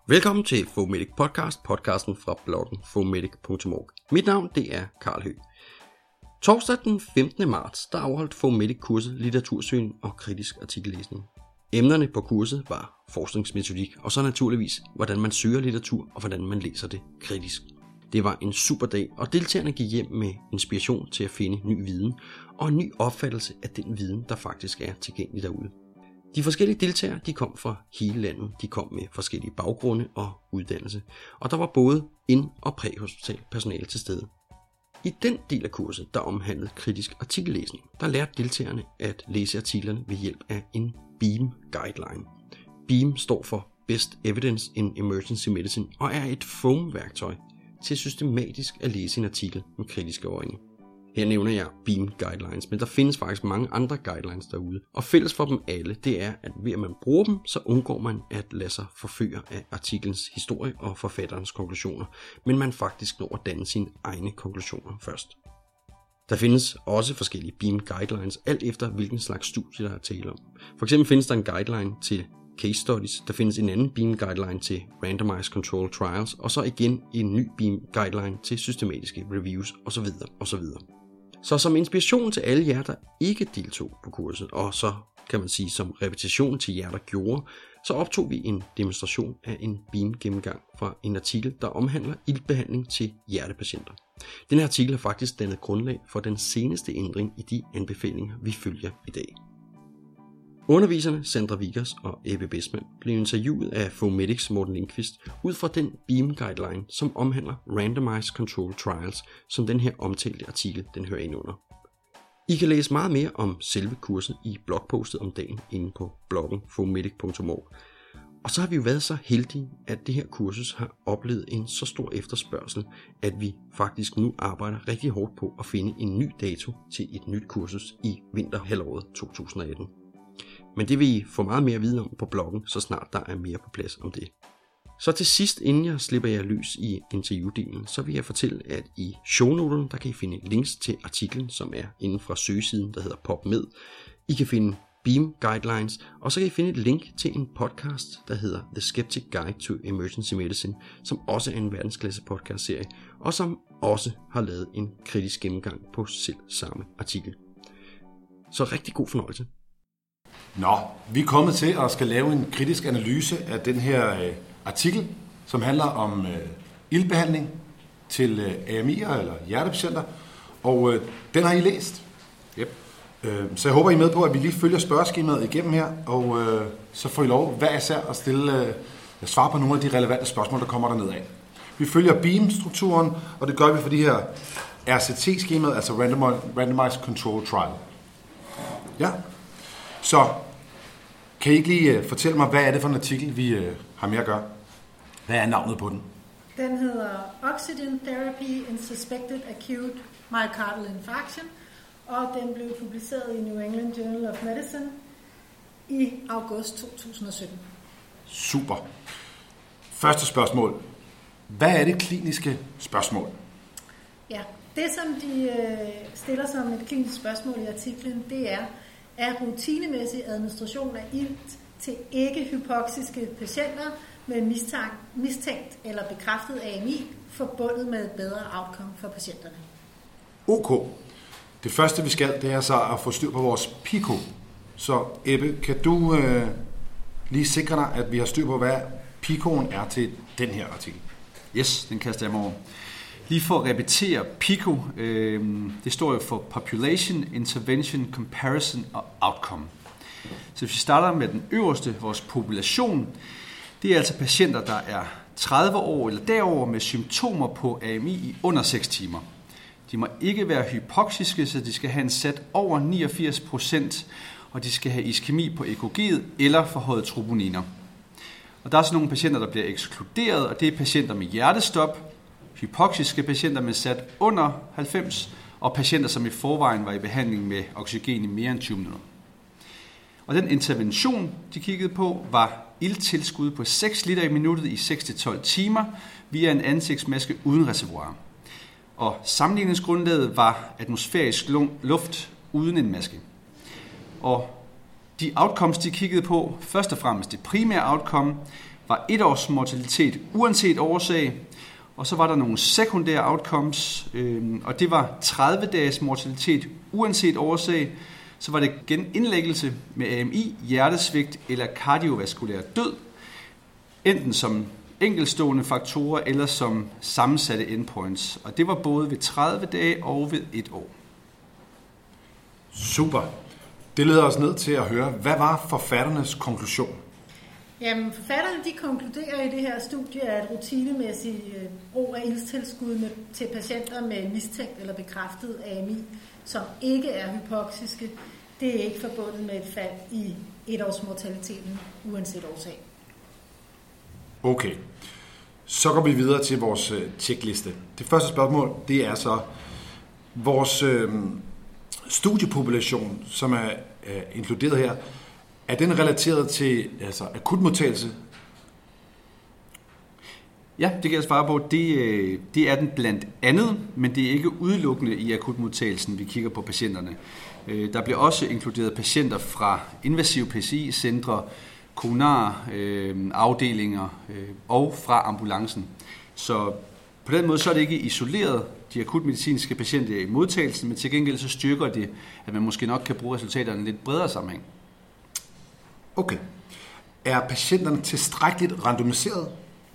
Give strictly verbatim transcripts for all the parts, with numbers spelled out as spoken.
Velkommen til Fomedic Podcast, podcasten fra bloggen fomedic punktum org. Mit navn det er Karl Høgh. Torsdag den femtende marts, der afholdt Fomedic kurset Litteratursøgning og kritisk artikellæsning. Emnerne på kurset var forskningsmetodik, og så naturligvis, hvordan man søger litteratur og hvordan man læser det kritisk. Det var en super dag, og deltagerne gik hjem med inspiration til at finde ny viden og en ny opfattelse af den viden, der faktisk er tilgængelig derude. De forskellige deltagere de kom fra hele landet, de kom med forskellige baggrunde og uddannelse, og der var både ind- og præhospital personale til stede. I den del af kurset, der omhandlede kritisk artikellæsning, der lærte deltagerne at læse artiklerne ved hjælp af en BEAM guideline. BEAM står for Best Evidence in Emergency Medicine og er et foam-værktøj til systematisk at læse en artikel med kritiske øjne. Her nævner jeg BEAM guidelines, men der findes faktisk mange andre guidelines derude. Og fælles for dem alle, det er, at ved at man bruger dem, så undgår man at lade sig forføre af artiklens historie og forfatterens konklusioner, men man faktisk når at danne sine egne konklusioner først. Der findes også forskellige BEAM guidelines, alt efter hvilken slags studie der er tale om. For eksempel findes der en guideline til case studies, der findes en anden BEAM guideline til randomized control trials, og så igen en ny BEAM guideline til systematiske reviews osv. osv. Så som inspiration til alle jer, der ikke deltog på kurset, og så kan man sige som repetition til jer, der gjorde, så optog vi en demonstration af en BEAM-gennemgang fra en artikel, der omhandler iltbehandling til hjertepatienter. Den her artikel har faktisk dannet grundlag for den seneste ændring i de anbefalinger, vi følger i dag. Underviserne Sandra Vickers og Ebbe Bestmann blev interviewet af Fomedics Morten Lindqvist ud fra den BEAM guideline, som omhandler randomized control trials, som den her omtalte artikel den hører ind under. I kan læse meget mere om selve kurset i blogpostet om dagen inde på bloggen fomedic punktum org. Og så har vi jo været så heldige, at det her kursus har oplevet en så stor efterspørgsel, at vi faktisk nu arbejder rigtig hårdt på at finde en ny dato til et nyt kursus i vinterhalvåret to tusind og atten. Men det vil I få meget mere at vide om på bloggen, så snart der er mere på plads om det. Så til sidst, inden jeg slipper jer løs i interviewdelen, så vil jeg fortælle, at i shownoterne, der kan I finde links til artiklen, som er inden fra søgesiden, der hedder PubMed. I kan finde BEAM Guidelines, og så kan I finde et link til en podcast, der hedder The Skeptic Guide to Emergency Medicine, som også er en verdensklasse podcastserie, og som også har lavet en kritisk gennemgang på selv samme artikel. Så rigtig god fornøjelse. Nå, vi er kommet til at skal lave en kritisk analyse af den her øh, artikel, som handler om øh, iltbehandling til øh, A M I'er eller hjertepatienter, og øh, den har I læst. Yep. Øh, så jeg håber, I er med på, at vi lige følger spørgeskemaet igennem her, og øh, så får I lov hver især at stille, øh, at svare på nogle af de relevante spørgsmål, der kommer derned af. Vi følger BEAM-strukturen, og det gør vi for de her R C T-skemaet, altså Randomized Control Trial. Ja. Så kan I ikke lige uh, fortælle mig, hvad er det for en artikel, vi uh, har med at gøre? Hvad er navnet på den? Den hedder Oxygen Therapy in Suspected Acute Myocardial Infarction, og den blev publiceret i New England Journal of Medicine i august to tusind og sytten. Super. Første spørgsmål. Hvad er det kliniske spørgsmål? Ja, det som de øh, stiller som et klinisk spørgsmål i artiklen, det er, er rutinemæssig administration af ilt til ikke-hypoxiske patienter med mistænkt, mistænkt eller bekræftet A M I forbundet med et bedre outcome for patienterne. Ok. Det første vi skal, det er så at få styr på vores PICO. Så Ebbe, kan du øh, lige sikre dig, at vi har styr på, hvad PICOen er til den her artikel? Yes, den kaster jeg mig over. Lige for at repetere, PICO, øh, det står jo for Population, Intervention, Comparison og Outcome. Så hvis vi starter med den øverste, vores population, det er altså patienter, der er tredive år eller derover med symptomer på A M I i under seks timer. De må ikke være hypoxiske, så de skal have en sat over niogfirs procent, og de skal have iskemi på E K G'et eller forhøjet troponiner. Og der er så nogle patienter, der bliver ekskluderet, og det er patienter med hjertestop, hypoxiske patienter med sat under halvfems, og patienter, som i forvejen var i behandling med oxygen i mere end tyve minutter. Og den intervention, de kiggede på, var ilttilskud på seks liter i minuttet i seks til tolv timer via en ansigtsmaske uden reservoir. Og sammenligningsgrundlaget var atmosfærisk luft uden en maske. Og de outcomes, de kiggede på, først og fremmest det primære outcome, var et års mortalitet uanset årsag, og så var der nogle sekundære outcomes, øh, og det var tredive dages mortalitet uanset årsag. Så var det igen indlæggelse med A M I, hjertesvigt eller kardiovaskulær død, enten som enkeltstående faktorer eller som sammensatte endpoints. Og det var både ved tredive dage og ved et år. Super. Det leder os ned til at høre, hvad var forfatternes konklusion? Jamen, forfatterne de konkluderer i det her studie, at rutinemæssig brug af iltstilskud til patienter med mistænkt eller bekræftet A M I, som ikke er hypoxiske, det er ikke forbundet med et fald i etårsmortaliteten, uanset årsag. Okay, så går vi videre til vores tjekliste. Det første spørgsmål, det er så, vores øh, studiepopulation, som er øh, inkluderet her, er den relateret til altså, akutmodtagelse? Ja, det kan jeg svare på. Det, det er den blandt andet, men det er ikke udelukkende i akutmodtagelsen, vi kigger på patienterne. Der bliver også inkluderet patienter fra invasive P C I-centre, koronarafdelinger og fra ambulancen. Så på den måde så er det ikke isoleret de akutmedicinske patienter i modtagelsen, men til gengæld så styrker det, at man måske nok kan bruge resultaterne i en lidt bredere sammenhæng. Okay. Er patienterne tilstrækkeligt randomiseret?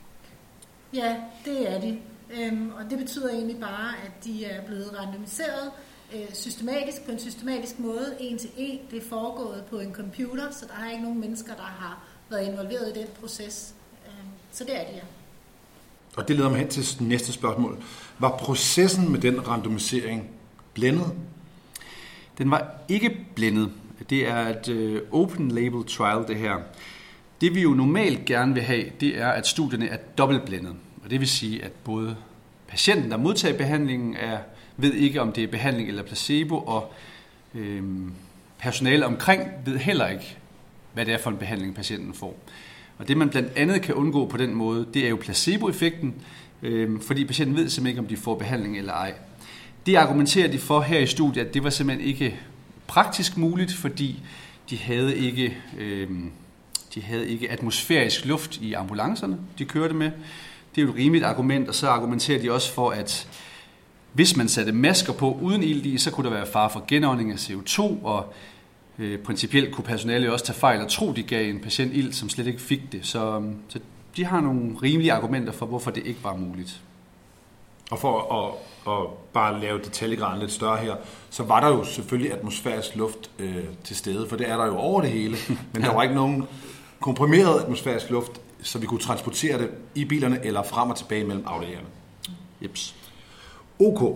Ja, det er de. Øhm, og det betyder egentlig bare, at de er blevet randomiseret øh, systematisk, på en systematisk måde, en til en. Det er foregået på en computer, så der er ikke nogen mennesker, der har været involveret i den proces. Øhm, så det er de, ja. Og det leder mig hen til næste spørgsmål. Var processen med den randomisering blændet? Den var ikke blændet. Det er et uh, open label trial, det her. Det vi jo normalt gerne vil have, det er, at studierne er dobbeltblændet. Og det vil sige, at både patienten, der modtager behandlingen, er, ved ikke, om det er behandling eller placebo, og øhm, personale omkring ved heller ikke, hvad det er for en behandling, patienten får. Og det man blandt andet kan undgå på den måde, det er jo placeboeffekten, øhm, fordi patienten ved simpelthen ikke, om de får behandling eller ej. Det argumenterer de for her i studiet, at det var simpelthen ikke praktisk muligt, fordi de havde ikke, øh, de havde ikke atmosfærisk luft i ambulancerne, de kørte med. Det er jo et rimeligt argument, og så argumenterer de også for, at hvis man satte masker på uden ilt i, så kunne der være fare for genånding af C O to, og øh, principielt kunne personalet også tage fejl og tro, de gav en patient ilt, som slet ikke fik det. Så, så de har nogle rimelige argumenter for, hvorfor det ikke var muligt. Og for at, at bare lave detaljegraden lidt større her, så var der jo selvfølgelig atmosfærisk luft øh, til stede, for det er der jo over det hele, men der var ikke nogen komprimeret atmosfærisk luft, så vi kunne transportere det i bilerne eller frem og tilbage mellem afdelingerne. Jeps. Ok.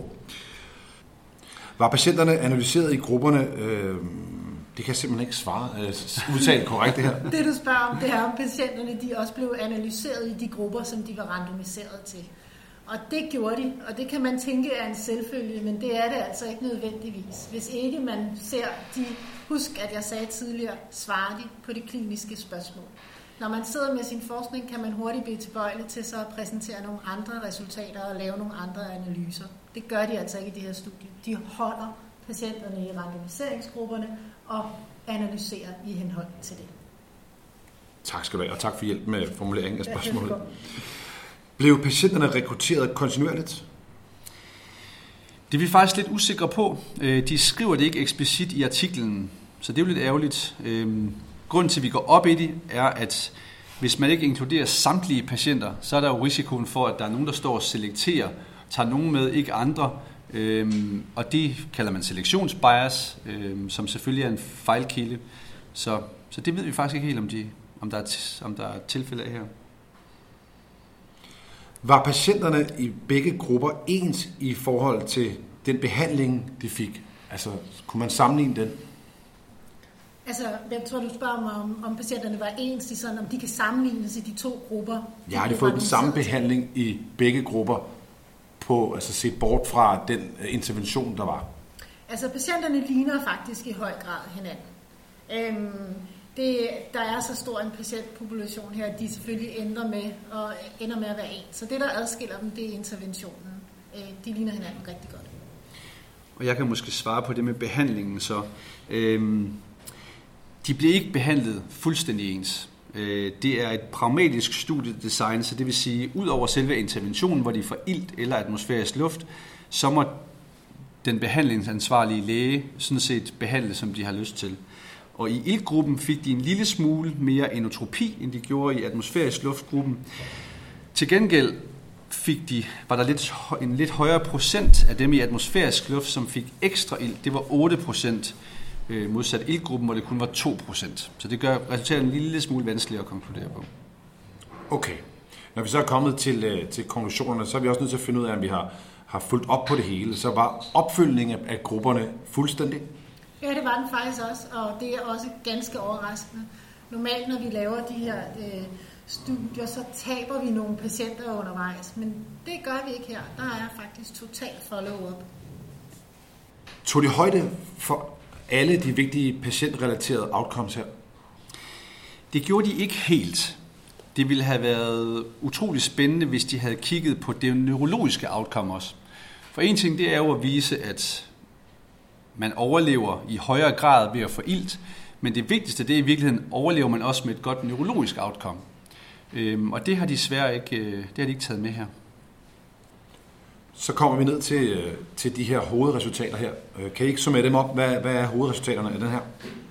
Var patienterne analyseret i grupperne? Øh, det kan jeg simpelthen ikke svare, øh, udtale korrekt det her. Det du spørger om, det er om patienterne, de også blev analyseret i de grupper, som de var randomiseret til. Og det gjorde de, og det kan man tænke er en selvfølge, men det er det altså ikke nødvendigvis. Hvis ikke man ser de, husk at jeg sagde tidligere, svarer de på de kliniske spørgsmål. Når man sidder med sin forskning, kan man hurtigt blive tilbøjelig til så at præsentere nogle andre resultater og lave nogle andre analyser. Det gør de altså ikke i det her studie. De holder patienterne i randomiseringsgrupperne og analyserer i henhold til det. Tak skal du have, og tak for hjælp med formuleringen af spørgsmålet. Blev patienterne rekrutteret kontinuerligt? Det er vi faktisk lidt usikre på. De skriver det ikke eksplicit i artiklen, så det er jo lidt ærgerligt. Grunden til, at vi går op i det, er, at hvis man ikke inkluderer samtlige patienter, så er der jo risikoen for, at der er nogen, der står og selekterer, tager nogen med, ikke andre. Og det kalder man selektionsbias, som selvfølgelig er en fejlkilde. Så, så det ved vi faktisk ikke helt, om, de, om, der, er, om der er tilfælde af her. Var patienterne i begge grupper ens i forhold til den behandling, de fik? Altså, kunne man sammenligne den? Altså, jeg tror, du spørger mig, om, om patienterne var ens i sådan, om de kan sammenlignes i de to grupper. Ja, har de fået den samme behandling i begge grupper, på, altså set bort fra den intervention, der var? Altså, patienterne ligner faktisk i høj grad hinanden. Øhm, Det, der er så stor en patientpopulation her, at de selvfølgelig ender med, og ender med at være ens. Så det, der adskiller dem, det er interventionen. De ligner hinanden rigtig godt. Og jeg kan måske svare på det med behandlingen så. Øhm, de blev ikke behandlet fuldstændig ens. Det er et pragmatisk studiedesign, så det vil sige, ud over selve interventionen, hvor de får ilt eller atmosfærisk luft, så må den behandlingsansvarlige læge sådan set behandle, som de har lyst til. Og i iltgruppen fik de en lille smule mere inotropi, end de gjorde i atmosfærisk luftgruppen. Til gengæld fik de, var der lidt, en lidt højere procent af dem i atmosfærisk luft, som fik ekstra ilt. Det var otte procent modsat iltgruppen, hvor det kun var to procent. Så det gør resultatet en lille smule vanskeligere at konkludere på. Okay. Når vi så er kommet til, til konklusionerne, så er vi også nødt til at finde ud af, om vi har, har fulgt op på det hele. Så var opfølgningen af grupperne fuldstændig? Ja, det var den faktisk også, og det er også ganske overraskende. Normalt, når vi laver de her øh, studier, så taber vi nogle patienter undervejs, men det gør vi ikke her. Der er faktisk total follow-up. Tog de højde for alle de vigtige patientrelaterede outcomes her? Det gjorde de ikke helt. Det ville have været utrolig spændende, hvis de havde kigget på det neurologiske outcome også. For en ting, det er jo at vise, at man overlever i højere grad ved at få ilt, men det vigtigste, det er i virkeligheden, overlever man også med et godt neurologisk outcome. Øhm, og det har de desværre ikke, det har de ikke taget med her. Så kommer vi ned til, til de her hovedresultater her. Kan I ikke summere dem op? Hvad, hvad er hovedresultaterne af den her?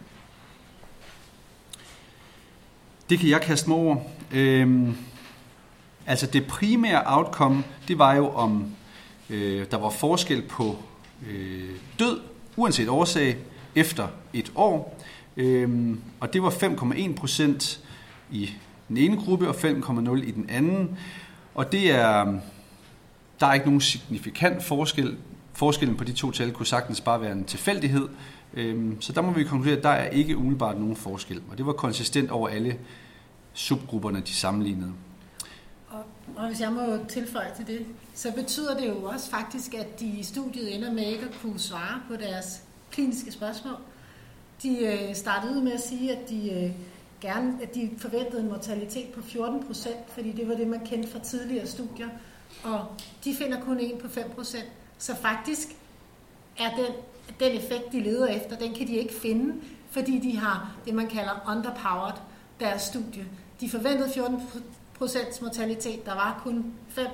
Det kan jeg kaste mig over. Øhm, altså det primære outcome, det var jo om, øh, der var forskel på øh, død, uanset årsag, efter et år. Øhm, og det var fem komma en procent i den ene gruppe og fem komma nul i den anden. Og det er... Der er ikke nogen signifikant forskel. Forskellen på de to tal kunne sagtens bare være en tilfældighed. Så der må vi konkludere, at der er ikke umiddelbart nogen forskel. Og det var konsistent over alle subgrupperne, de sammenlignede. Og, og hvis jeg må tilføje til det, så betyder det jo også faktisk, at de i studiet ender med ikke at kunne svare på deres kliniske spørgsmål. De startede ud med at sige, at de, gerne, at de forventede en mortalitet på fjorten procent, fordi det var det, man kendte fra tidligere studier. Og de finder kun en på fem procent. Så faktisk er den, den effekt, de leder efter, den kan de ikke finde, fordi de har det, man kalder underpowered, deres studie. De forventede fjorten procent mortalitet, der var kun fem.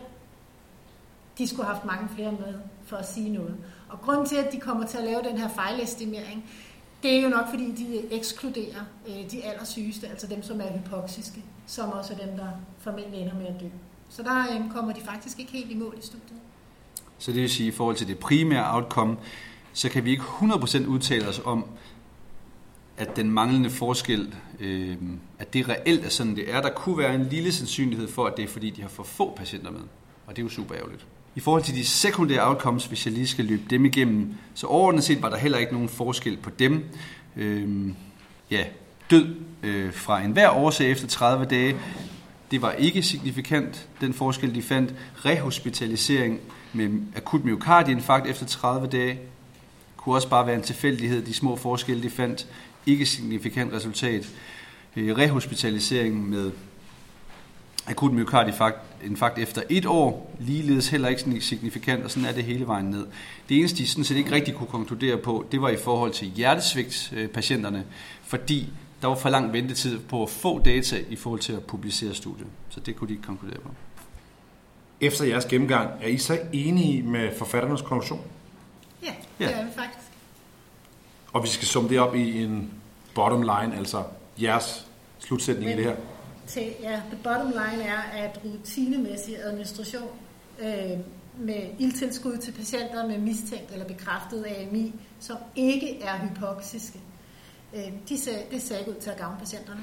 De skulle have haft mange flere med for at sige noget. Og grunden til, at de kommer til at lave den her fejlestimering, det er jo nok, fordi de ekskluderer de allersygeste, altså dem, som er hypoxiske, som også er dem, der formentlig ender med at dø. Så der kommer de faktisk ikke helt i mål i studiet. Så det vil sige, at i forhold til det primære outcome, så kan vi ikke hundrede procent udtale os om, at den manglende forskel, øh, at det reelt er sådan, det er. Der kunne være en lille sandsynlighed for, at det er fordi, de har for få patienter med. Og det er jo super ærgerligt. I forhold til de sekundære outcomes, hvis jeg lige skal løbe dem igennem, så overordnet set var der heller ikke nogen forskel på dem. Øh, ja, død øh, fra enhver årsag efter tredive dage, det var ikke signifikant, den forskel, de fandt. Rehospitalisering med akut myokardieinfarkt efter tredive dage kunne også bare være en tilfældighed. De små forskelle, de fandt, ikke signifikant resultat. Rehospitalisering med akut myokardieinfarkt efter et år, ligeledes heller ikke signifikant, og sådan er det hele vejen ned. Det eneste, de sådan set ikke rigtig kunne konkludere på, det var i forhold til hjertesvigt-patienterne, fordi der var for lang ventetid på at få data i forhold til at publicere studiet. Så det kunne de ikke konkludere på. Efter jeres gennemgang, er I så enige med forfatternes konklusion? Ja, det ja. er vi faktisk. Og vi skal summe det op i en bottom line, altså jeres slutsætning Men, i det her? Til, ja, the bottom line er, at rutinemæssig administration øh, med ildtilskud til patienter med mistænkt eller bekræftet A M I, som ikke er hypoxiske, De ser, det ser ikke ud til at gavne patienterne.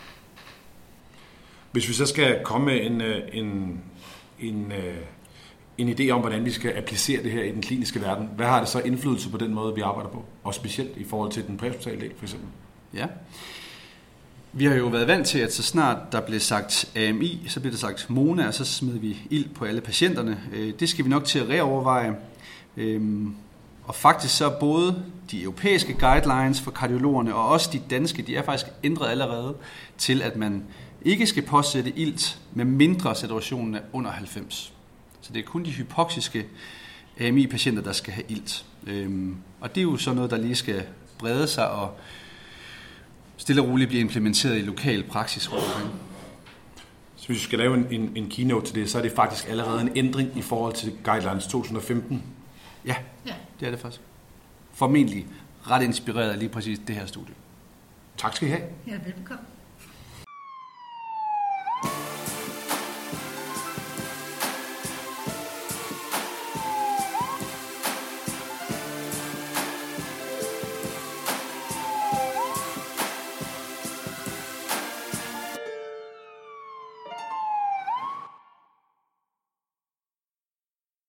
Hvis vi så skal komme med en, en, en, en idé om, hvordan vi skal applicere det her i den kliniske verden, hvad har det så indflydelse på den måde, vi arbejder på? Og specielt i forhold til den præhospitale del, for eksempel. Ja. Vi har jo været vant til, at så snart der blev sagt A M I, så bliver der sagt MONA, og så smider vi ild på alle patienterne. Det skal vi nok til at reoverveje. Og faktisk så både de europæiske guidelines for kardiologerne og også de danske, de er faktisk ændret allerede til, at man ikke skal påsætte ilt med mindre saturationen er under halvfems. Så det er kun de hypoxiske A M I-patienter, der skal have ilt. Og det er jo så noget, der lige skal brede sig, og stille og roligt bliver implementeret i lokal praksis. Så hvis vi skal lave en, en, en keynote til det, så er det faktisk allerede en ændring i forhold til Guidelines to tusind og femten. Ja, ja, det er det faktisk. Formentlig ret inspireret af lige præcis det her studie. Tak skal I have. Ja, velkommen.